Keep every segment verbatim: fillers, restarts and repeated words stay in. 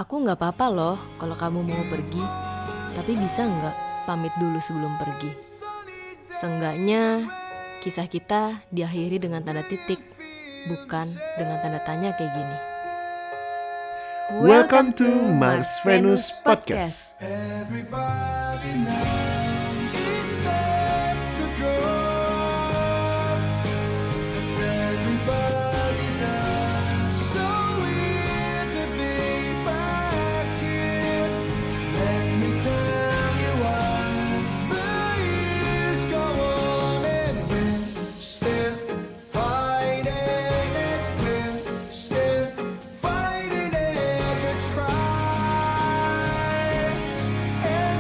Aku nggak apa-apa loh kalau kamu mau pergi, tapi bisa nggak pamit dulu sebelum pergi? Seenggaknya kisah kita diakhiri dengan tanda titik, bukan dengan tanda tanya kayak gini. Welcome to Mars Venus Podcast. Everybody knows it sucks to go, and everybody knows so weird to be back here. Let me tell you why the years go on and we're still fighting it. We're still fighting it to try and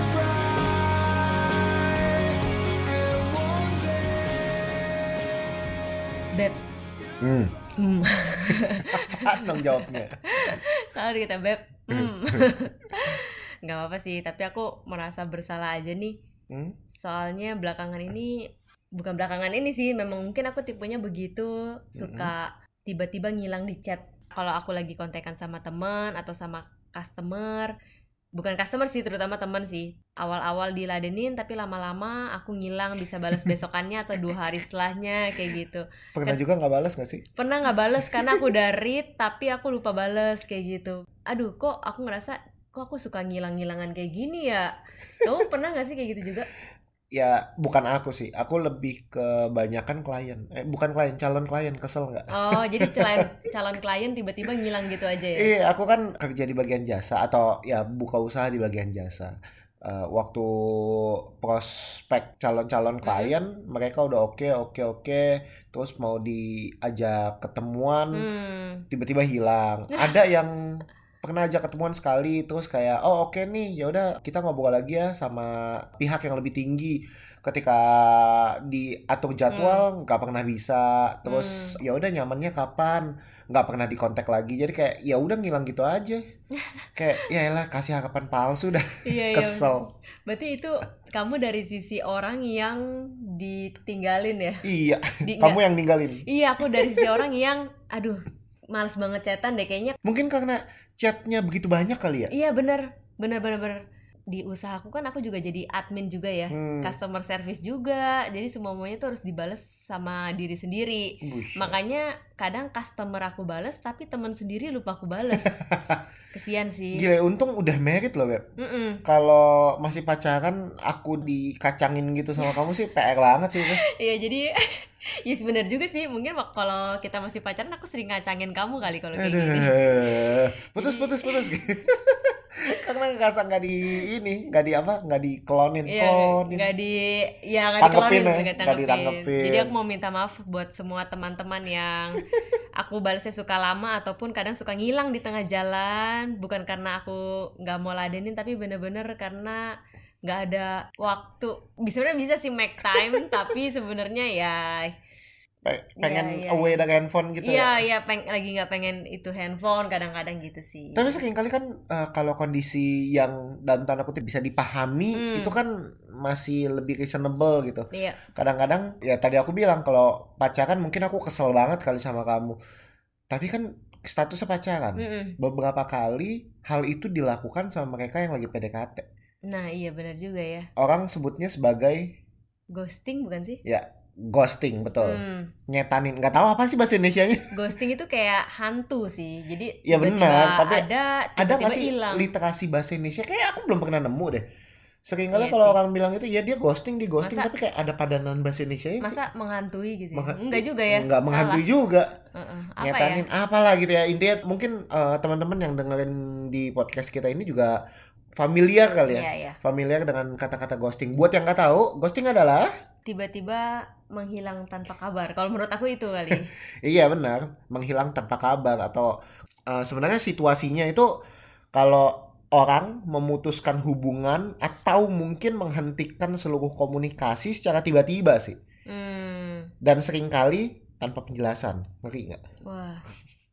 try, and one day. Beb, Hmm. hmm. Apaan dong jawabnya? Salah kita Beb. Hmm. Gak apa-apa sih, tapi aku merasa bersalah aja nih. Hmm? Soalnya belakangan ini, bukan belakangan ini sih, memang mungkin aku tipenya begitu, suka tiba-tiba ngilang di chat. Kalau aku lagi kontekan sama teman atau sama customer, bukan customer sih, terutama teman sih. Awal-awal diladenin, tapi lama-lama aku ngilang, bisa balas besokannya atau dua hari setelahnya kayak gitu. Pernah Kan- juga nggak balas nggak sih? Pernah nggak bales karena aku udah read tapi aku lupa bales kayak gitu. Aduh, kok aku ngerasa kok aku suka ngilang-ngilangan kayak gini ya. Kamu pernah nggak sih kayak gitu juga? Ya bukan aku sih, aku lebih kebanyakan klien. Eh bukan klien, calon klien, kesel nggak? Oh, jadi calon calon klien tiba-tiba ngilang gitu aja ya? Iya, aku kan kerja di bagian jasa atau ya buka usaha di bagian jasa. Eh, waktu prospek calon-calon klien, mereka udah oke, oke, oke, terus mau diajak ketemuan, Hmm. tiba-tiba hilang. Ada yang pernah ajak ketemuan sekali, terus kayak oh oke nih, ya udah kita ngobrol lagi ya sama pihak yang lebih tinggi. Ketika diatur jadwal nggak pernah bisa, terus ya udah nyamannya kapan, nggak pernah dikontak lagi. Jadi kayak ya udah ngilang gitu aja. Kayak ya elah kasih harapan palsu dah. Iya, iya. Kesel. Berarti itu kamu dari sisi orang yang ditinggalin ya? Iya, Di- kamu nggak- yang ninggalin. Iya, aku dari sisi orang yang aduh, males banget chatan deh kayaknya. Mungkin karena chatnya begitu banyak kali ya. Iya bener, bener bener bener. Di usahaku kan aku juga jadi admin juga ya, Hmm. customer service juga. Jadi semuanya tuh harus dibales sama diri sendiri. Buset. Makanya kadang customer aku bales tapi teman sendiri lupa aku bales. Kesian sih. Gila, untung udah married loh, Beb. Mm-mm. Kalau masih pacaran aku dikacangin gitu sama kamu sih P R banget sih itu. Iya jadi ya bener juga sih. Mungkin wak- kalau kita masih pacaran aku sering ngacangin kamu kali kalau kayak gini. Aduh. Putus putus putus. Karena ngerasa nggak di ini, nggak di apa, nggak diklonin, Iya, klonin. nggak di, ya nggak Tanggepin dikelonin, ya, nggak nggak ditanggepin. ditanggepin. Jadi aku mau minta maaf buat semua teman-teman yang aku balasnya suka lama ataupun kadang suka ngilang di tengah jalan, bukan karena aku nggak mau ladenin, tapi bener-bener karena nggak ada waktu. Sebenarnya bisa sih make time, tapi sebenarnya ya, Pe- pengen Iya, iya, away dari handphone gitu iya ya. iya peng, lagi nggak pengen itu handphone, kadang-kadang gitu sih. Tapi sering kali kan eh, kalau kondisi yang dalam tanda kutip bisa dipahami, Hmm. itu kan masih lebih reasonable gitu. Iya, Kadang-kadang ya tadi aku bilang kalau pacaran mungkin aku kesel banget kali sama kamu. Tapi kan statusnya pacaran. Mm-mm. Beberapa kali hal itu dilakukan sama mereka yang lagi P D K T. Nah iya benar juga ya. Orang sebutnya sebagai Ghosting bukan sih? ya ghosting, betul. Hmm. Nyetanin. Nggak tahu apa sih bahasa Indonesianya. Ghosting itu kayak hantu sih. Jadi Ya tiba-tiba benar, tapi ada, Ada tiba-tiba nggak sih hilang. literasi bahasa Indonesia? Kayak aku belum pernah nemu deh. Sering kali Iya kalau sih. orang bilang itu ya dia ghosting, di ghosting, Masa- tapi kayak ada padanan bahasa Indonesia ya. Masa menghantui gitu? ya? Mengha- Enggak juga ya. Nggak menghantui Salah. juga. Heeh. Apa Nyetanin ya? apalah gitu ya. Intinya mungkin eh, teman-teman yang dengerin di podcast kita ini juga familiar kali ya. Iya iya. Familiar dengan kata-kata ghosting. Buat yang nggak tahu, ghosting adalah Tiba-tiba menghilang tanpa kabar. Kalau menurut aku itu kali. iya benar, menghilang tanpa kabar atau eh, sebenarnya situasinya itu kalau orang memutuskan hubungan atau mungkin menghentikan seluruh komunikasi secara tiba-tiba sih. Hmm. Dan seringkali tanpa penjelasan. Ngeri nggak? Wah.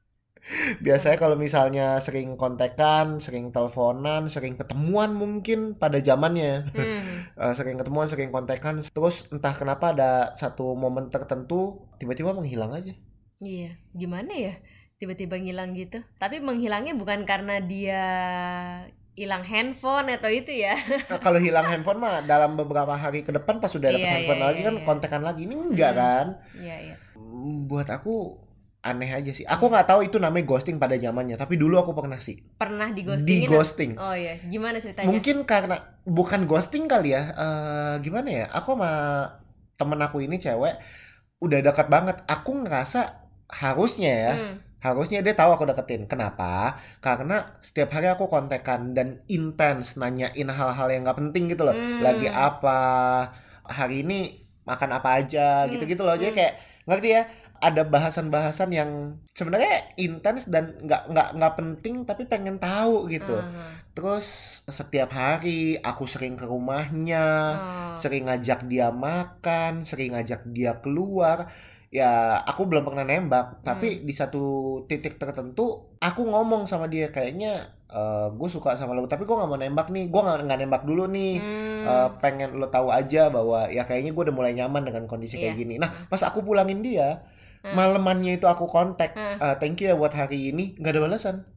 Biasanya kalau misalnya sering kontekan, sering teleponan, sering ketemuan mungkin pada zamannya. Hmm. Eh, sering ketemuan, sering kontekan, terus entah kenapa ada satu momen tertentu tiba-tiba menghilang aja. Iya. Gimana ya? tiba-tiba ngilang gitu. Tapi menghilangnya bukan karena dia hilang handphone atau itu ya. Nah, kalau hilang handphone mah dalam beberapa hari ke depan pas sudah dapat Iya, handphone iya, lagi iya, kan iya. kontekan lagi. Ini enggak Hmm. kan? Iya, iya. Hmm, Buat aku aneh aja sih. Aku nggak tahu itu namanya ghosting pada zamannya, tapi dulu aku pernah sih Pernah di di-ghostingin? ghosting. Oh iya, gimana ceritanya? Mungkin karena bukan ghosting kali ya. Eh, gimana ya? Aku sama temen aku ini cewek udah dekat banget. Aku ngerasa harusnya ya, Hmm. harusnya dia tahu aku deketin. Kenapa? Karena setiap hari aku kontekan dan intens nanyain hal-hal yang nggak penting gitu loh. Hmm. Lagi apa? Hari ini makan apa aja? Hmm. Gitu-gitu loh. Jadi Hmm. kayak ngerti ya? Ada bahasan-bahasan yang sebenarnya intens dan nggak nggak nggak penting tapi pengen tahu gitu. Ah, Terus setiap hari aku sering ke rumahnya, ah. sering ngajak dia makan, sering ngajak dia keluar. Ya aku belum pernah nembak, tapi di satu titik tertentu aku ngomong sama dia kayaknya gue suka sama lo, tapi gue nggak mau nembak nih, gue nggak nggak nembak dulu nih. Hmm. Eh, pengen lo tahu aja bahwa ya kayaknya gue udah mulai nyaman dengan kondisi kayak Iya. gini. Nah pas aku pulangin dia, Hmm. malemannya itu aku kontak, Hmm. "Eh, thank you ya buat hari ini," nggak ada balasan.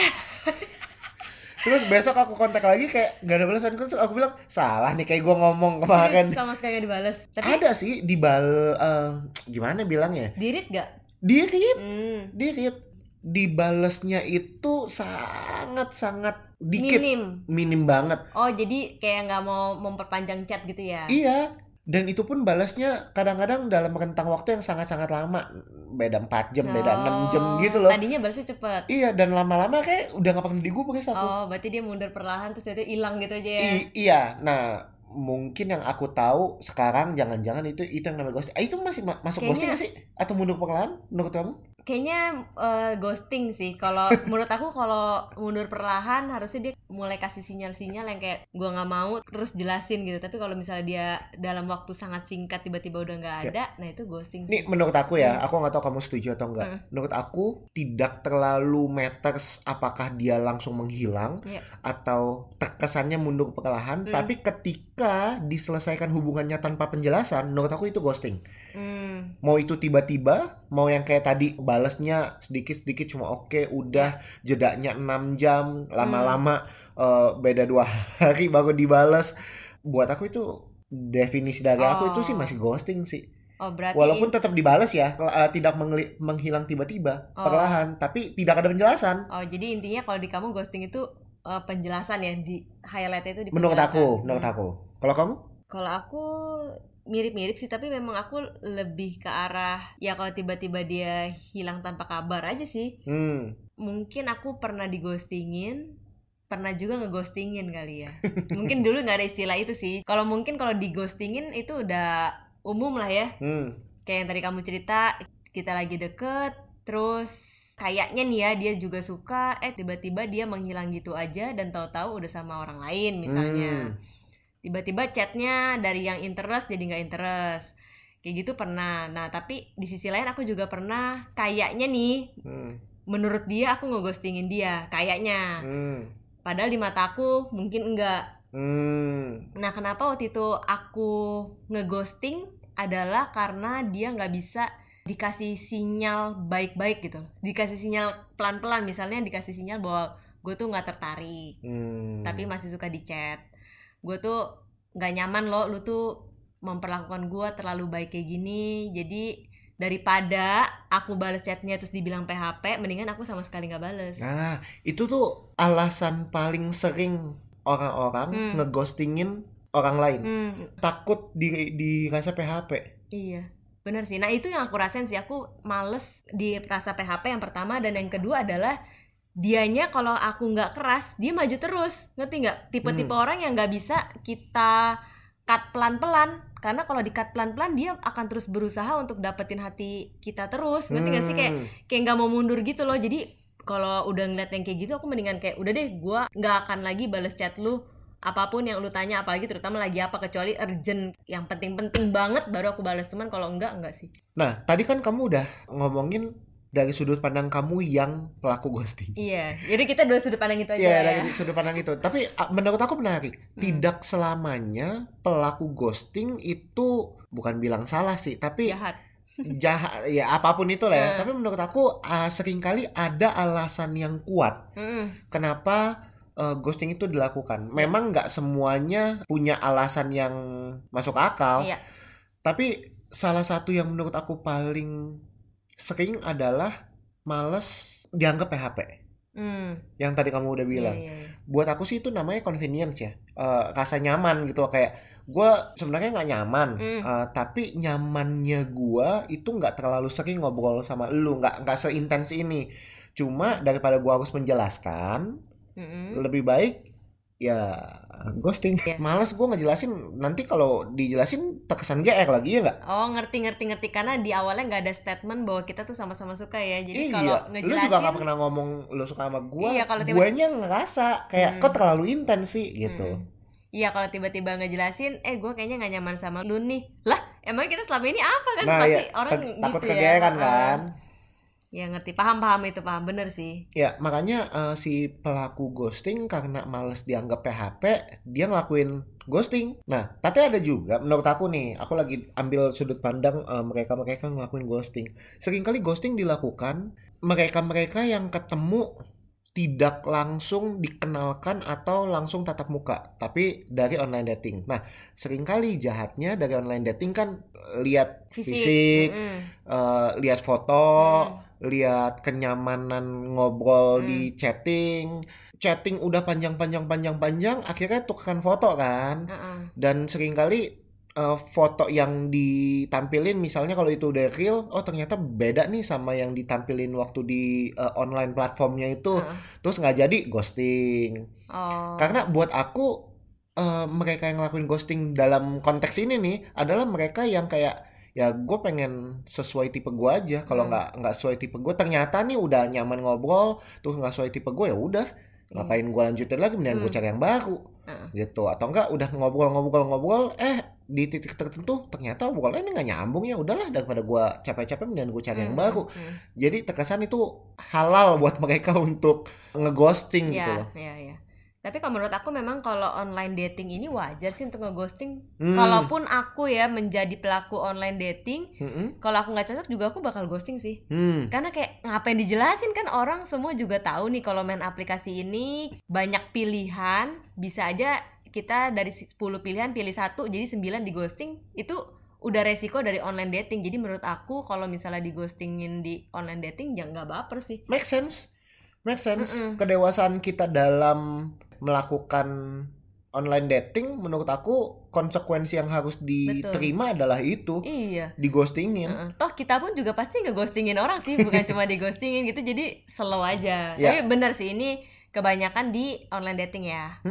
Terus besok aku kontak lagi kayak nggak ada balasan. Terus aku bilang salah nih kayak gue ngomong kemarin. Terus sama sekali gak dibales. Tapi Ada sih di bal eh, gimana bilangnya? dirit gak? Dia read, Hmm. dia read. Dibalesnya itu sangat-sangat dikit, Minim. minim banget. Oh jadi kayak nggak mau memperpanjang chat gitu ya? Iya. Dan itu pun balasnya kadang-kadang dalam rentang waktu yang sangat-sangat lama. Beda empat jam, beda enam jam Oh, gitu loh. Tadinya balasnya cepet. Iya, dan lama-lama kayak udah gak pernah digubris aku. Oh berarti dia mundur perlahan terus itu hilang gitu aja ya? I- iya, nah mungkin yang aku tahu sekarang jangan-jangan itu itu yang namanya ghosting. Ah, itu masih ma- masuk Kayaknya- ghosting nggak sih? Atau mundur perlahan menurut kamu? Kayaknya eh, ghosting sih. Kalau menurut aku kalau mundur perlahan harusnya dia mulai kasih sinyal-sinyal yang kayak gua nggak mau terus jelasin gitu. Tapi kalau misalnya dia dalam waktu sangat singkat tiba-tiba udah nggak ada, nah itu ghosting Nih sih. menurut aku ya, Hmm. aku nggak tahu kamu setuju atau enggak. Hmm. Menurut aku tidak terlalu matters apakah dia langsung menghilang Iya. atau terkesannya mundur perlahan, Hmm. tapi ketika diselesaikan hubungannya tanpa penjelasan, menurut aku itu ghosting. Hmm. Mau itu tiba-tiba, mau yang kayak tadi balesnya sedikit-sedikit cuma oke, udah jedanya enam jam, lama-lama eh, beda dua hari baru dibales. Buat aku itu definisi dari aku itu sih Oh. masih ghosting sih. Oh berarti Walaupun tetap dibales ya, eh, tidak mengeli- menghilang tiba-tiba, Oh. perlahan, tapi tidak ada penjelasan. Oh jadi intinya kalau di kamu ghosting itu eh, penjelasan ya, di highlight itu di Menurut penjelasan. aku, menurut Hmm. aku. Kalau kamu? Kalau aku mirip-mirip sih, tapi memang aku lebih ke arah ya kalau tiba-tiba dia hilang tanpa kabar aja sih. Hmm. Mungkin aku pernah dighostingin, pernah juga ngeghostingin kali ya. Mungkin dulu nggak ada istilah itu sih. Kalau mungkin kalau dighostingin itu udah umum lah ya. Hmm. Kayak yang tadi kamu cerita, kita lagi deket, terus kayaknya nih ya dia juga suka, eh tiba-tiba dia menghilang gitu aja dan tahu-tahu udah sama orang lain misalnya. Hmm. Tiba-tiba chatnya dari yang interest jadi nggak interest, kayak gitu pernah. Nah tapi di sisi lain aku juga pernah kayaknya nih, Hmm. menurut dia aku ngeghostingin dia kayaknya, Hmm. padahal di mata aku mungkin enggak. Hmm. Nah kenapa waktu itu aku ngeghosting adalah karena dia nggak bisa dikasih sinyal baik-baik gitu, dikasih sinyal pelan-pelan. Misalnya dikasih sinyal bahwa gue tuh nggak tertarik Hmm. tapi masih suka di chat, gue tuh nggak nyaman loh lu tuh memperlakukan gue terlalu baik kayak gini. Jadi daripada aku balas chatnya terus dibilang P H P, mendingan aku sama sekali nggak bales. Nah, itu tuh alasan paling sering orang-orang Hmm. ngeghostingin orang lain. Hmm, Takut di dirasa P H P. iya bener sih. Nah itu yang aku rasain sih, aku males dirasa P H P yang pertama, dan yang kedua adalah dianya kalau aku nggak keras dia maju terus, ngerti nggak? Tipe-tipe Hmm. orang yang nggak bisa kita cut pelan-pelan, karena kalau di cut pelan-pelan dia akan terus berusaha untuk dapetin hati kita terus, ngerti nggak sih? Kayak Hmm. kayak nggak mau mundur gitu loh. Jadi kalau udah ngeliat yang kayak gitu, aku mendingan kayak udah deh, gue nggak akan lagi bales chat lu apapun yang lu tanya, apalagi terutama lagi apa, kecuali urgent yang penting-penting banget baru aku balas. Cuman kalau enggak enggak sih. Nah, tadi kan kamu udah ngomongin dari sudut pandang kamu yang pelaku ghosting. Iya, jadi kita dua sudut pandang itu aja Iya, ya. dari sudut pandang itu. Tapi a- menurut aku menarik. Hmm. Tidak selamanya pelaku ghosting itu bukan bilang salah sih, tapi Jahat. jahat ya apapun itu lah ya. Hmm. Tapi menurut aku uh, seringkali ada alasan yang kuat Mm-mm. kenapa uh, ghosting itu dilakukan. Memang nggak semuanya punya alasan yang masuk akal. Iya. Tapi salah satu yang menurut aku paling sering adalah males dianggap P H P. Hmm. Yang tadi kamu udah bilang. Iya, iya, iya. Buat aku sih itu namanya convenience ya. Eh, rasa nyaman gitu loh. Kayak gue sebenarnya nggak nyaman, Hmm. eh, tapi nyamannya gue itu nggak terlalu sering ngobrol sama lu, nggak nggak seintens ini. Cuma daripada gue harus menjelaskan, Mm-mm. lebih baik ya ghosting. Iya. Males gue ngejelasin, nanti kalau dijelasin terkesan G R lagi ya nggak? Oh, ngerti ngerti ngerti karena di awalnya nggak ada statement bahwa kita tuh sama-sama suka ya. Jadi Iya, kalau lu ngejelasin juga nggak pernah ngomong lu suka sama gue. Iya, kalau tiba- Guanya ngerasa kayak Hmm. kok terlalu intens sih gitu. Hmm. Iya, kalau tiba-tiba ngejelasin, eh gue kayaknya nggak nyaman sama lu nih. Lah, emang kita selama ini apa kan? Nah, Pasti ya, orang ke- gitu takut ya. kegeeran Heeh. kan. Ya ngerti, paham-paham itu, paham bener sih. Ya, makanya eh, si pelaku ghosting karena males dianggap P H P, dia ngelakuin ghosting. Nah, tapi ada juga menurut aku nih, aku lagi ambil sudut pandang eh, mereka-mereka ngelakuin ghosting. Seringkali ghosting dilakukan mereka-mereka yang ketemu tidak langsung dikenalkan atau langsung tatap muka, tapi dari online dating. Nah, seringkali jahatnya dari online dating kan lihat Fisik. fisik, Mm-mm. eh, lihat foto, Hmm. lihat kenyamanan ngobrol Hmm. di chatting, chatting udah panjang-panjang-panjang-panjang, akhirnya tukeran foto kan. Heeh. Dan seringkali eh, foto yang ditampilin, misalnya kalau itu udah real, oh ternyata beda nih sama yang ditampilin waktu di eh, online platformnya itu, Heeh. terus nggak jadi ghosting. Oh. Karena buat aku eh, mereka yang ngelakuin ghosting dalam konteks ini nih adalah mereka yang kayak ya gue pengen sesuai tipe gue aja. Kalau Hmm. nggak nggak sesuai tipe gue, ternyata nih udah nyaman ngobrol, terus nggak sesuai tipe gue, ya udah ngapain gue lanjutin lagi, mendingan gue Hmm. cari yang baru Heeh. gitu. Atau enggak udah ngobrol-ngobrol-ngobrol, eh di titik tertentu ternyata obrolannya ini nggak nyambung, ya udahlah daripada gue capek-capek mendingan gue cari yang Hmm. baru. Hmm. Jadi terkesan itu halal buat mereka untuk ngeghosting gitu Ya, loh. ya, ya. Tapi kalau menurut aku memang kalau online dating ini wajar sih untuk ngeghosting. Hmm. Kalaupun aku ya menjadi pelaku online dating, Mm-mm. kalau aku nggak cocok juga aku bakal ghosting sih. Hmm. Karena kayak ngapain dijelasin, kan orang semua juga tahu nih kalau main aplikasi ini banyak pilihan, bisa aja kita dari sepuluh pilihan pilih satu jadi sembilan di ghosting. Itu udah resiko dari online dating. Jadi menurut aku kalau misalnya di ghostingin di online dating ya nggak baper sih. Make sense, make sense. Mm-mm. Kedewasaan kita dalam melakukan online dating, menurut aku konsekuensi yang harus diterima adalah itu, Iya. di ghostingin. Heeh. Toh kita pun juga pasti ngeghostingin orang sih, bukan cuma dighostingin gitu. Jadi slow aja. Ya. Tapi benar sih ini kebanyakan di online dating ya.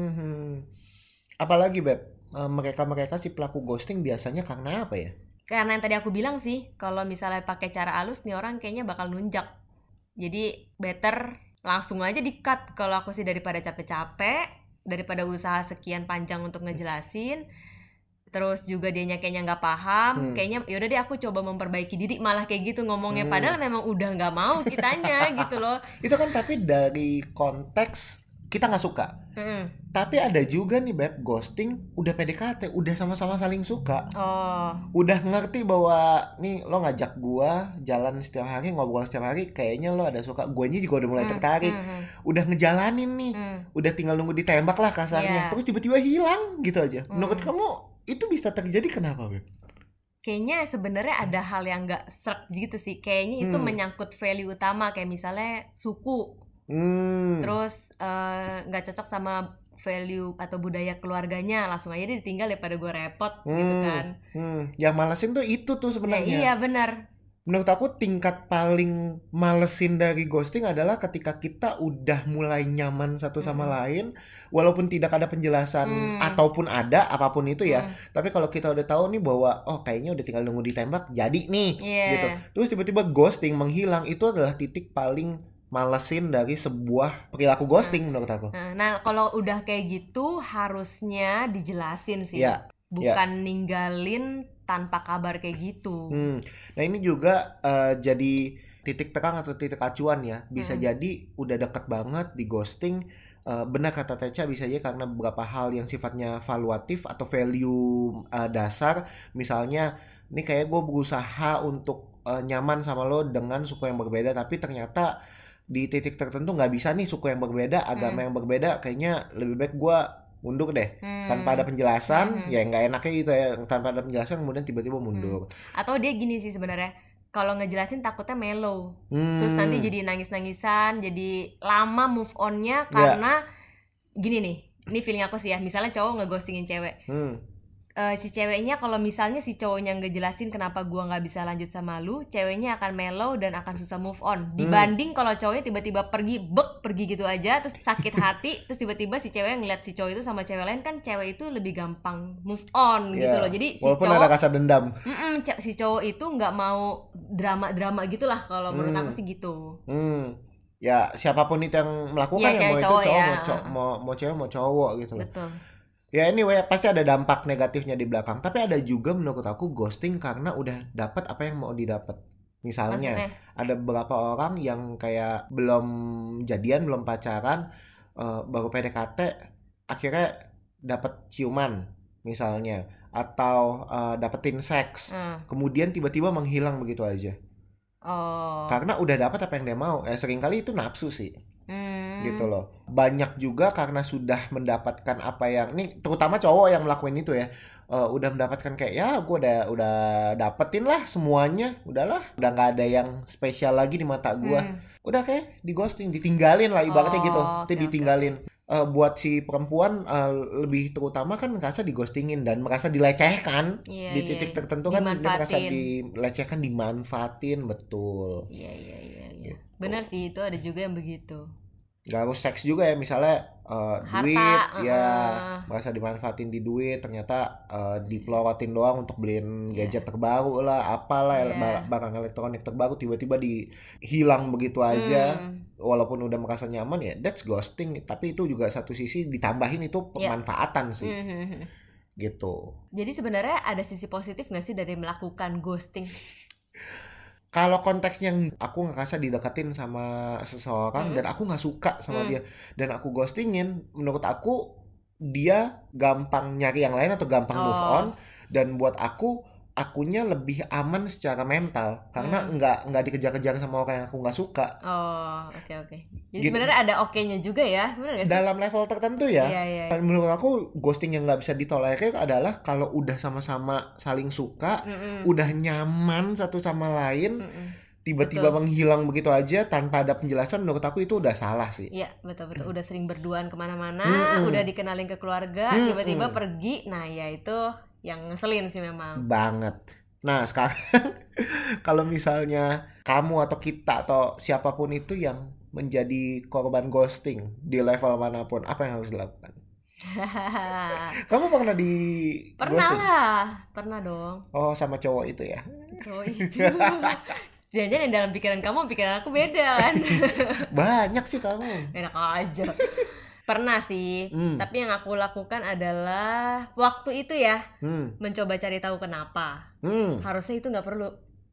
Apalagi Beb, eh, mereka-mereka si pelaku ghosting biasanya karena apa ya? Karena yang tadi aku bilang sih, kalau misalnya pakai cara halus nih orang kayaknya bakal nunjak. Jadi better langsung aja di-cut kalau aku sih, daripada capek-capek, daripada usaha sekian panjang untuk ngejelasin. Terus juga dianya kayaknya nggak paham, Hmm. kayaknya yaudah deh aku coba memperbaiki diri, malah kayak gitu ngomongnya. Hmm. Padahal memang udah nggak mau kitanya gitu loh. Itu kan tapi dari konteks kita nggak suka. Mm-mm. Tapi ada juga nih Beb, ghosting udah P D K T, udah sama-sama saling suka. Oh, Udah ngerti bahwa nih lo ngajak gua jalan setiap hari, ngobrol setiap hari, kayaknya lo ada suka, guanya juga udah mulai Hmm, tertarik, hmm, hmm, udah ngejalanin nih, hmm. udah tinggal nunggu ditembak lah kasarnya, Iya. terus tiba-tiba hilang gitu aja. Hmm. Menurut kamu itu bisa terjadi kenapa Beb? Kayaknya sebenarnya ada hal yang nggak srek gitu sih. Kayaknya itu Hmm. menyangkut value utama, kayak misalnya suku, Hmm. terus eh, nggak cocok sama value atau budaya keluarganya, langsung aja dia ditinggal daripada gue repot gitu Hmm. kan. Hmm. Yang malesin tuh itu tuh Ya, sebenarnya. iya benar. Menurut aku tingkat paling malesin dari ghosting adalah ketika kita udah mulai nyaman satu sama Hmm. lain, walaupun tidak ada penjelasan Hmm. ataupun ada apapun itu ya. Hmm. Tapi kalau kita udah tahu nih bahwa oh kayaknya udah tinggal nunggu ditembak, jadi nih Iya. gitu. Terus tiba-tiba ghosting menghilang, itu adalah titik paling malesin dari sebuah perilaku ghosting menurut aku. Nah, nah, kalau udah kayak gitu harusnya dijelasin sih. Ya, Bukan ninggalin tanpa kabar kayak gitu. Hmm. Nah ini juga eh, jadi titik terang atau titik acuan ya. Bisa Hmm. jadi udah deket banget di ghosting. Eh, benar kata Teca, bisa aja karena beberapa hal yang sifatnya valuatif atau value eh, dasar. Misalnya ini kayak gue berusaha untuk uh, nyaman sama lo dengan suku yang berbeda, tapi ternyata di titik tertentu nggak bisa nih suku yang berbeda, agama Hmm. yang berbeda, kayaknya lebih baik gue mundur deh Hmm. tanpa ada penjelasan. Hmm. Ya nggak enaknya gitu ya, tanpa ada penjelasan kemudian tiba-tiba mundur. Atau dia gini sih sebenarnya, kalau ngejelasin takutnya mellow, terus Hmm. nanti jadi nangis-nangisan, jadi lama move on-nya karena gini nih, ini feeling aku sih ya, misalnya cowok ngeghostingin cewek, Hmm. Eh, si ceweknya kalau misalnya si cowoknya ngejelasin kenapa gua nggak bisa lanjut sama lu, ceweknya akan mellow dan akan susah move on. Dibanding kalau cowoknya tiba-tiba pergi, bek pergi gitu aja, terus sakit hati, terus tiba-tiba si cewek ngeliat si cowok itu sama cewek lain, kan cewek itu lebih gampang move on gitu Ya, loh. Jadi si walaupun cowok ada rasa dendam. Mm-mm, ce- si cowok itu nggak mau drama-drama gitulah, kalau menurut Hmm. aku sih gitu. Hmm. Ya siapapun itu yang melakukan Iya, ya, mau cewek itu cowok cowok ya. mau, cow- mau mau cewek mau cowok gitu loh. Betul. Ya anyway, pasti ada dampak negatifnya di belakang. Tapi ada juga menurut aku ghosting karena udah dapat apa yang mau didapat. Misalnya Maksudnya? ada beberapa orang yang kayak belum jadian, belum pacaran, eh, baru P D K T, akhirnya dapat ciuman misalnya, atau eh, dapetin seks, Hmm. kemudian tiba-tiba menghilang begitu aja. Oh. Karena udah dapat apa yang dia mau. Eh, seringkali itu nafsu sih. Hmm. Gitu loh. Banyak juga karena sudah mendapatkan apa yang nih, terutama cowok yang melakukan itu ya, eh, udah mendapatkan kayak ya gue udah udah dapetin lah semuanya, udahlah, udah nggak ada yang spesial lagi di mata gue, Hmm. udah kayak di ghosting, ditinggalin lah ibaratnya Oh, gitu, oke, itu oke, ditinggalin. Eh, buat si perempuan eh, lebih terutama kan merasa dighostingin dan merasa dilecehkan. Iya, Di iya, titik iya. tertentu kan dia merasa Dimanfaatin. dilecehkan, dimanfaatin, betul. Iya, iya, iya, iya. Gitu. Benar sih, itu ada juga yang begitu. Gak harus seks juga ya, misalnya eh, Harta, duit ya, uh-uh. merasa dimanfaatin di duit, ternyata eh, dipelorotin doang untuk beliin Iya. gadget terbaru lah, apalah, Iya. ba- barang elektronik terbaru, tiba-tiba dihilang begitu aja, Hmm. walaupun udah merasa nyaman ya, that's ghosting. Tapi itu juga satu sisi ditambahin itu Iya. pemanfaatan sih, Hmm. gitu. Jadi sebenarnya ada sisi positif nggak sih dari melakukan ghosting? Kalau konteksnya aku ngerasa dideketin sama seseorang Hmm. dan aku nggak suka sama Hmm. dia dan aku ghostingin, menurut aku dia gampang nyari yang lain atau gampang move Oh. on, dan buat aku akunya lebih aman secara mental karena Hmm. nggak nggak dikejar-kejar sama orang yang aku nggak suka. Oh, oke, oke. Jadi Gitu. sebenarnya ada oke-nya juga ya, benar nggak sih? Dalam level tertentu ya. Iya, iya. Menurut aku ghosting yang nggak bisa ditolerir adalah kalau udah sama-sama saling suka, Mm-mm. udah nyaman satu sama lain, Mm-mm. tiba-tiba Betul. menghilang begitu aja tanpa ada penjelasan. Menurut aku itu udah salah sih. Iya, betul-betul. Udah sering berduaan kemana-mana, Mm-mm. udah dikenalin ke keluarga, Mm-mm. tiba-tiba pergi. Nah, ya itu yang ngeselin sih memang. Banget. Nah sekarang kalau misalnya kamu atau kita atau siapapun itu yang menjadi korban ghosting di level manapun, apa yang harus dilakukan? Kamu pernah di Pernah ghosting? lah, pernah dong. Oh, sama cowok itu ya? Oh itu. Jangan-jangan yang dalam pikiran kamu, pikiran aku beda kan? Banyak sih kamu. Enak aja. Pernah sih, Hmm. tapi yang aku lakukan adalah waktu itu ya, Hmm. mencoba cari tahu kenapa. Hmm. Harusnya itu nggak perlu.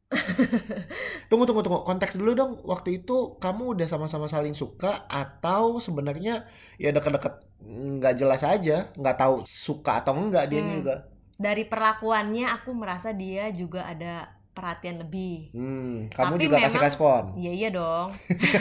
Tunggu tunggu tunggu, konteks dulu dong. Waktu itu kamu udah sama-sama saling suka atau sebenarnya ya deket-deket nggak jelas aja, nggak tahu suka atau enggak dia Hmm. juga. Dari perlakuannya aku merasa dia juga ada perhatian lebih. Hmm. Kamu Tapi juga kasih memang- respon. Iya iya dong.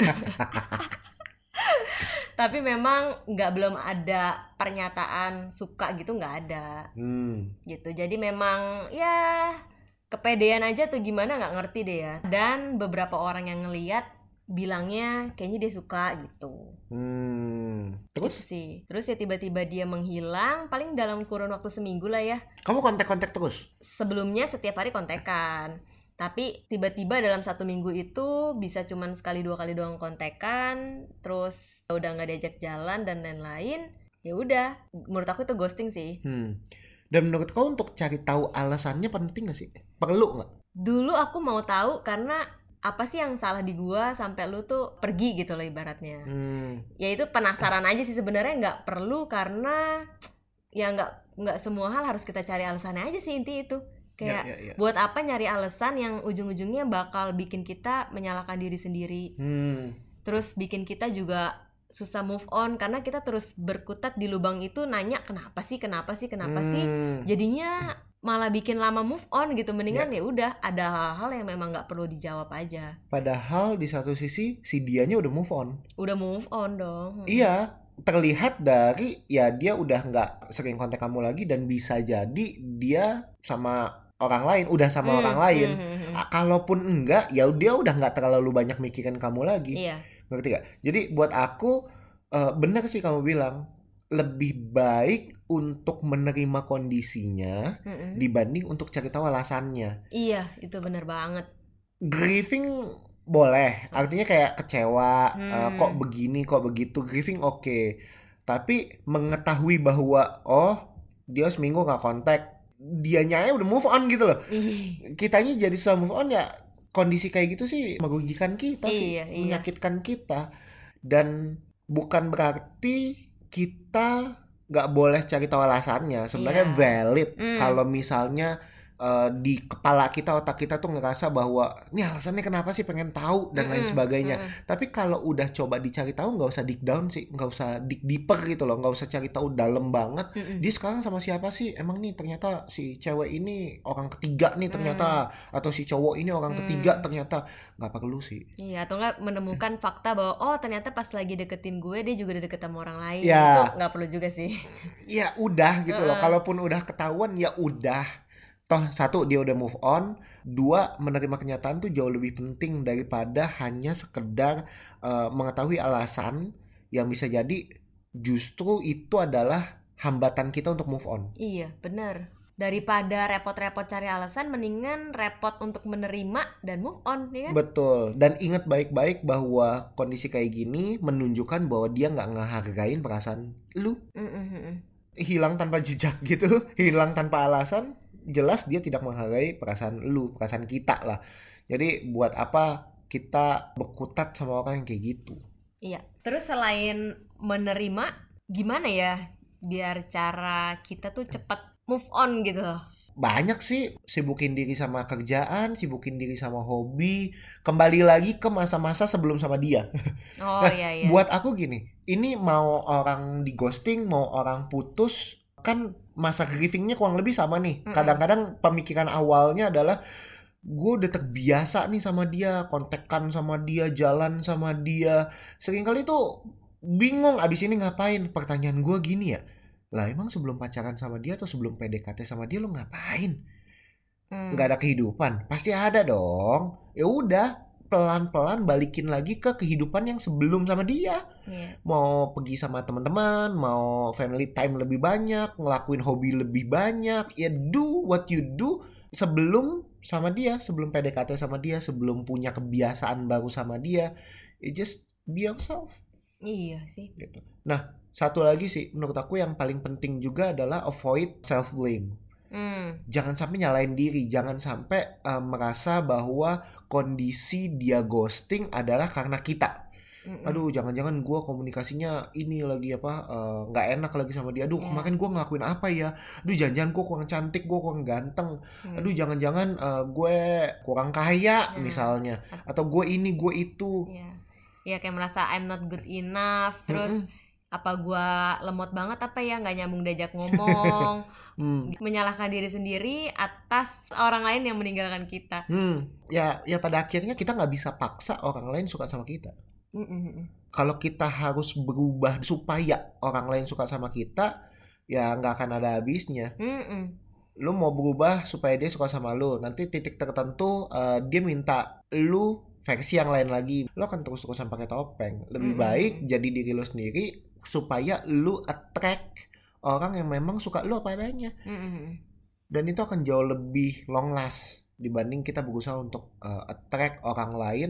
Tapi memang nggak belum ada pernyataan suka gitu, nggak ada Hmm. gitu. Jadi memang ya kepedean aja tuh gimana nggak ngerti deh ya. Dan beberapa orang yang ngeliat bilangnya kayaknya dia suka gitu. Hmm. Gitu Terus sih. Terus ya tiba-tiba dia menghilang paling dalam kurun waktu seminggu lah ya. kamu kontak-kontak terus? Sebelumnya setiap hari kontekan. Tapi tiba-tiba dalam satu minggu itu bisa cuman sekali dua kali doang kontekan, terus udah nggak diajak jalan dan lain-lain. Ya udah, menurut aku itu ghosting sih. Hmm. Dan menurut kau untuk cari tahu alasannya penting gak sih? Perlu nggak? Dulu aku mau tahu karena apa sih yang salah di gua sampai lu tuh pergi gitu loh ibaratnya. Hmm. Ya itu penasaran aja sih sebenarnya, nggak perlu karena ya nggak nggak semua hal harus kita cari alasannya aja sih, inti itu. Kayak Ya, ya, ya. buat apa nyari alasan yang ujung-ujungnya bakal bikin kita menyalahkan diri sendiri. Hmm. Terus bikin kita juga susah move on karena kita terus berkutat di lubang itu, nanya kenapa sih, kenapa sih, kenapa sih. Hmm. Jadinya malah bikin lama move on gitu. Mendingan ya udah ada hal-hal yang memang nggak perlu dijawab aja. Padahal di satu sisi si dianya udah move on. Udah move on dong. Iya, terlihat dari ya dia udah nggak sering kontak kamu lagi dan bisa jadi dia sama orang lain, udah sama Hmm, orang lain. hmm, hmm, hmm. Ah, kalaupun enggak, ya dia udah nggak terlalu banyak mikirin kamu lagi. Iya. Ngerti gak? Jadi buat aku eh, benar sih kamu bilang, lebih baik untuk menerima kondisinya Mm-mm. dibanding untuk cari tahu alasannya. Iya, itu benar banget. Grieving boleh, artinya kayak kecewa, eh, Hmm. kok begini, kok begitu, grieving oke. Tapi mengetahui bahwa oh dia seminggu nggak kontak, dianya aja udah move on gitu loh. Ih, Kitanya jadi susah move on ya, kondisi kayak gitu sih merugikan kita sih, Iya, iya. menyakitkan kita. Dan bukan berarti kita nggak boleh cari tahu alasannya. Sebenarnya Iya. valid Hmm. kalau misalnya eh, di kepala kita, otak kita tuh ngerasa bahwa ini alasannya kenapa sih, pengen tahu dan lain Mm-mm, sebagainya. mm-mm. Tapi kalau udah coba dicari tahu, nggak usah dig down sih, nggak usah dig deeper gitu loh, nggak usah cari tahu dalam banget. Mm-mm. Dia sekarang sama siapa sih? Emang nih ternyata si cewek ini orang ketiga nih ternyata, atau si cowok ini orang Hmm. ketiga ternyata. Nggak perlu sih. Iya, atau enggak menemukan fakta bahwa oh ternyata pas lagi deketin gue dia juga udah deket sama orang lain. Ya. Itu nggak perlu juga sih. Ya udah gitu loh. Heeh. Kalaupun udah ketahuan ya udah. Toh satu dia udah move on, dua menerima kenyataan tuh jauh lebih penting daripada hanya sekedar eh, mengetahui alasan yang bisa jadi justru itu adalah hambatan kita untuk move on. Iya, benar. Daripada repot-repot cari alasan, mendingan repot untuk menerima dan move on, ya kan? Betul. Dan ingat baik-baik bahwa kondisi kayak gini menunjukkan bahwa dia nggak ngehargain perasaan lu. Mm-mm, mm-mm. Hilang tanpa jejak gitu, hilang tanpa alasan, jelas dia tidak menghargai perasaan lu, perasaan kita lah. Jadi buat apa kita berkutat sama orang yang kayak gitu? Iya. Terus selain menerima, gimana ya biar cara kita tuh cepat move on gitu loh? Banyak sih, sibukin diri sama kerjaan, sibukin diri sama hobi, kembali lagi ke masa-masa sebelum sama dia. Oh Nah, iya iya. buat aku gini, ini mau orang di ghosting, mau orang putus, kan masa grievingnya kurang lebih sama nih. Mm-mm. Kadang-kadang pemikiran awalnya adalah gue udah terbiasa nih sama dia, kontekan sama dia, jalan sama dia. Seringkali tuh bingung abis ini ngapain. Pertanyaan gue gini ya, lah emang sebelum pacaran sama dia atau sebelum P D K T sama dia lo ngapain? Hmm. Nggak ada kehidupan? Pasti ada dong. Ya udah, pelan-pelan balikin lagi ke kehidupan yang sebelum sama dia. Iya. Mau pergi sama teman-teman, mau family time lebih banyak, ngelakuin hobi lebih banyak, ya do what you do sebelum sama dia, sebelum P D K T sama dia, sebelum punya kebiasaan baru sama dia. You just be yourself Iya sih. gitu. Nah, satu lagi sih menurut aku yang paling penting juga adalah avoid self blame. Hmm. Jangan sampai nyalain diri, jangan sampai uh, merasa bahwa kondisi dia ghosting adalah karena kita. Mm-mm. Aduh, jangan-jangan gue komunikasinya ini lagi apa uh, nggak enak lagi sama dia. Aduh, Ya. kemarin gue ngelakuin apa ya? Aduh, jangan-jangan gue kurang cantik, gue kurang ganteng. Hmm. Aduh, jangan-jangan uh, gue kurang kaya Hmm. misalnya. Atau gue ini, gue itu. Iya. Ya kayak merasa I'm not good enough. Terus apa gua lemot banget apa ya, nggak nyambung diajak ngomong. Hmm. Menyalahkan diri sendiri atas orang lain yang meninggalkan kita. Hmm. Ya, ya pada akhirnya kita nggak bisa paksa orang lain suka sama kita. Mm-mm. Kalau kita harus berubah supaya orang lain suka sama kita, ya nggak akan ada habisnya. Mm-mm. Lu mau berubah supaya dia suka sama lu, nanti titik tertentu uh, dia minta lu versi yang lain lagi, lu akan terus-terusan pakai topeng. Lebih Mm-mm. baik jadi diri lu sendiri supaya lu attract orang yang memang suka lu apa adanya, Mm-mm. dan itu akan jauh lebih long last dibanding kita berusaha untuk uh, attract orang lain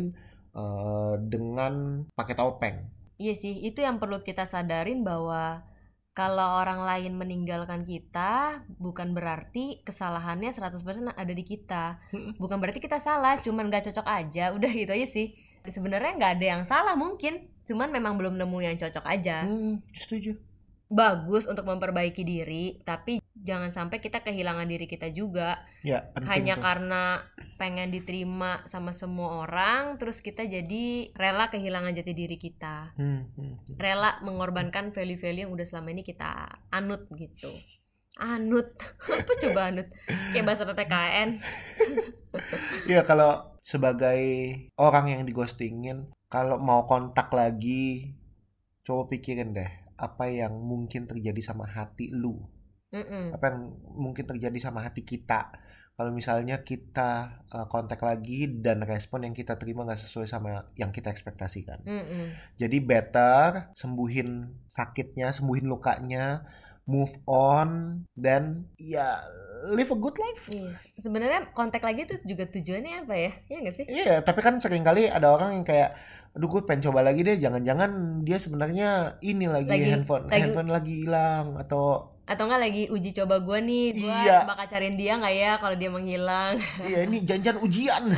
uh, dengan pakai topeng. Iya sih, itu yang perlu kita sadarin bahwa kalau orang lain meninggalkan kita bukan berarti kesalahannya seratus persen ada di kita. Mm-mm. Bukan berarti kita salah, cuman gak cocok aja. Udah gitu aja sih. Sebenarnya nggak ada yang salah mungkin, cuman memang belum nemu yang cocok aja. Hmm, setuju. Bagus untuk memperbaiki diri, tapi jangan sampai kita kehilangan diri kita juga Ya, penting hanya tuh. karena pengen diterima sama semua orang, terus kita jadi rela kehilangan jati diri kita, Hmm, hmm, hmm. rela mengorbankan value-value yang udah selama ini kita anut gitu. Anut. Apa coba anut? Kayak bahasa P P K N. Iya, kalau sebagai orang yang digostingin, kalau mau kontak lagi, coba pikirin deh apa yang mungkin terjadi sama hati lu, Mm-mm. apa yang mungkin terjadi sama hati kita. Kalau misalnya kita uh, kontak lagi dan respon yang kita terima nggak sesuai sama yang kita ekspektasikan. Mm-mm. Jadi better sembuhin sakitnya, sembuhin lukanya, move on, dan ya live a good life. Iya, se- sebenarnya kontak lagi tuh juga tujuannya apa ya? Iya nggak sih? Iya, tapi kan sering kali ada orang yang kayak, aduh gue pengen coba lagi deh, jangan-jangan dia sebenarnya ini lagi, Lagi- handphone lagi- handphone lagi hilang atau Atau nggak lagi uji coba gue nih, gue Iya. bakal cariin dia nggak ya kalau dia menghilang. iya ini janjian ujian.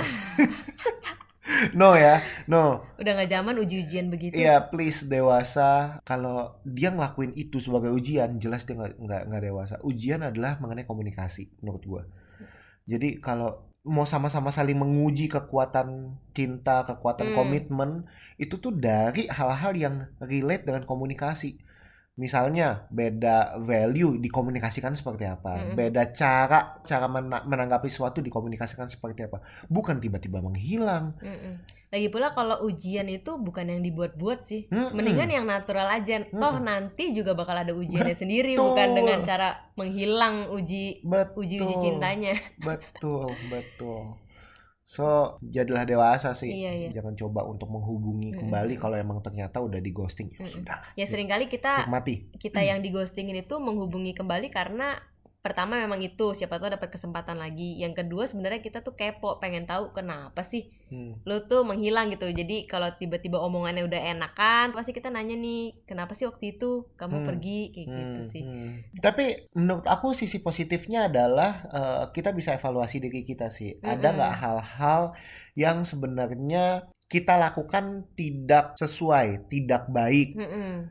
No ya, no. Udah nggak zaman uji-ujian begitu. Iya, please dewasa. Kalau dia ngelakuin itu sebagai ujian, jelas dia nggak nggak nggak dewasa. Ujian adalah mengenai komunikasi, menurut gua. Jadi kalau mau sama-sama saling menguji kekuatan cinta, kekuatan Hmm. komitmen, itu tuh dari hal-hal yang relate dengan komunikasi. Misalnya beda value dikomunikasikan seperti apa, Mm-mm. beda cara cara mena- menanggapi sesuatu dikomunikasikan seperti apa, bukan tiba-tiba menghilang. Mm-mm. Lagi pula kalau ujian itu bukan yang dibuat-buat sih. Mm-mm. Mendingan yang natural aja. Toh nanti juga bakal ada ujiannya sendiri, Betul. bukan dengan cara menghilang uji Betul. uji-uji cintanya. Betul, betul. So, jadilah dewasa sih. Iya, iya. Jangan coba untuk menghubungi Mm-mm. kembali kalau emang ternyata udah di ghosting. Ya Mm-mm. sudah. Ya seringkali kita Nikmati. kita yang dighostingin itu menghubungi kembali karena pertama memang itu siapa tahu dapat kesempatan lagi. Yang kedua sebenarnya kita tuh kepo, pengen tahu kenapa sih Hmm. lu tuh menghilang gitu. Jadi kalau tiba-tiba omongannya udah enakan, pasti kita nanya nih, kenapa sih waktu itu kamu Hmm. pergi kayak gitu Hmm, sih. hmm. Tapi menurut aku sisi positifnya adalah eh, kita bisa evaluasi diri kita sih. Ada Mm-mm. nggak hal-hal yang sebenarnya kita lakukan tidak sesuai, tidak baik, Mm-mm.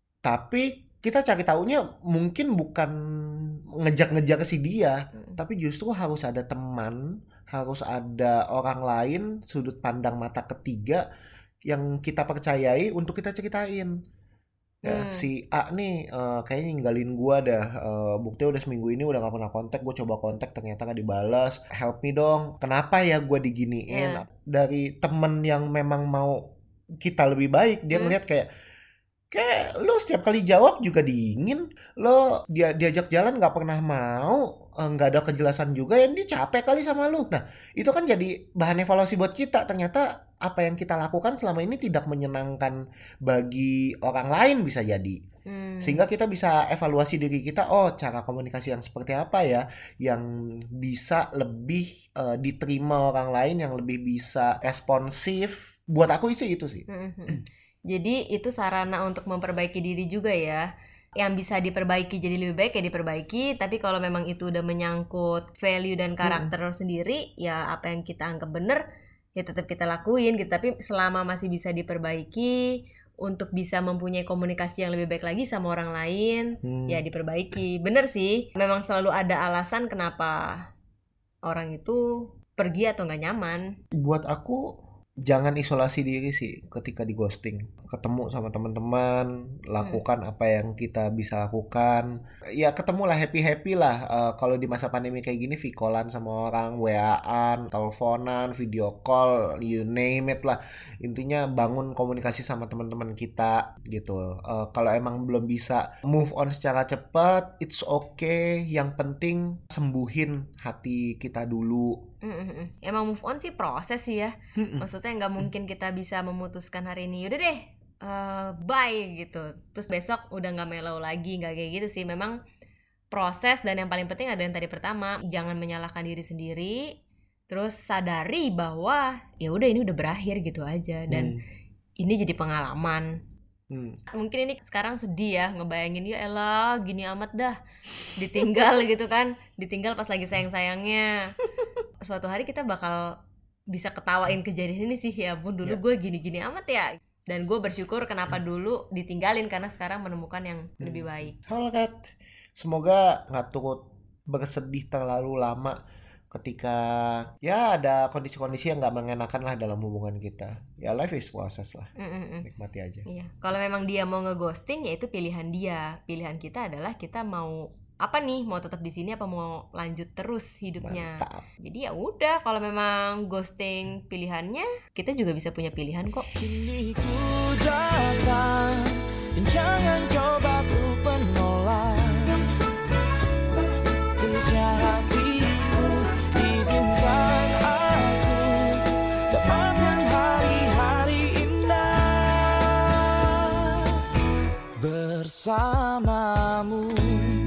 tapi kita cari taunya mungkin bukan ngejar-ngejar si dia, Mm-mm. tapi justru harus ada teman, harus ada orang lain, sudut pandang mata ketiga yang kita percayai untuk kita ceritain. Ya, Hmm. si A nih eh, kayaknya ninggalin gua dah. Eh, buktinya udah seminggu ini udah gak pernah kontak. Gue coba kontak ternyata gak dibalas. Help me dong. Kenapa ya gua diginiin? Ya. Dari temen yang memang mau kita lebih baik, dia Hmm. ngeliat kayak kayak lo setiap kali jawab juga dingin, lo dia diajak jalan nggak pernah mau, eh, nggak ada kejelasan juga, yang dia capek kali sama lo. Nah itu kan jadi bahan evaluasi buat kita. Ternyata apa yang kita lakukan selama ini tidak menyenangkan bagi orang lain bisa jadi. Hmm. Sehingga kita bisa evaluasi diri kita, oh cara komunikasi yang seperti apa ya yang bisa lebih eh, diterima orang lain, yang lebih bisa responsif. Buat aku sih itu sih. Mm-mm. Jadi itu sarana untuk memperbaiki diri juga ya. Yang bisa diperbaiki jadi lebih baik ya diperbaiki. Tapi kalau memang itu udah menyangkut value dan karakter sendiri, ya apa yang kita anggap bener ya tetap kita lakuin gitu. Tapi selama masih bisa diperbaiki untuk bisa mempunyai komunikasi yang lebih baik lagi sama orang lain, Hmm. ya diperbaiki. Bener sih, memang selalu ada alasan kenapa orang itu pergi atau nggak nyaman. Buat aku jangan isolasi diri sih ketika di ghosting. Ketemu sama teman-teman, lakukan apa yang kita bisa lakukan. Ya ketemulah happy-happy lah. Eh, kalau di masa pandemi kayak gini, vikolan sama orang, W A-an, teleponan, video call, you name it lah. Intinya bangun komunikasi sama teman-teman kita gitu. Eh, kalau emang belum bisa move on secara cepat, it's okay. Yang penting sembuhin hati kita dulu. Mm-mm. Emang move on sih proses sih ya. Mm-mm. Maksudnya nggak mungkin kita bisa memutuskan hari ini udah deh eh, bye gitu. Terus besok udah nggak mellow lagi, nggak kayak gitu sih. Memang proses, dan yang paling penting ada yang tadi pertama, jangan menyalahkan diri sendiri. Terus sadari bahwa ya udah ini udah berakhir gitu aja, dan Hmm. ini jadi pengalaman. Hmm. Mungkin ini sekarang sedih ya ngebayangin, ya elah gini amat dah ditinggal gitu kan, ditinggal pas lagi sayang-sayangnya. Suatu hari kita bakal bisa ketawain kejadian ini sih, ya ampun dulu Ya. gue gini-gini amat ya. Dan gue bersyukur kenapa dulu ditinggalin, karena sekarang menemukan yang lebih baik. Alright, semoga nggak turut bersedih terlalu lama ketika ya ada kondisi-kondisi yang nggak mengenakan lah dalam hubungan kita. Ya life is proses lah, Mm-mm-mm. nikmati aja. Iya, kalau memang dia mau ngeghosting ya itu pilihan dia. Pilihan kita adalah kita mau apa nih, mau tetap di sini apa mau lanjut terus hidupnya. Mantap. Jadi ya udah, kalau memang ghosting pilihannya, kita juga bisa punya pilihan kok. Kini ku datang dan jangan coba ku menolak. Sisa hatiku izinkan aku dapatkan hari-hari indah bersamamu.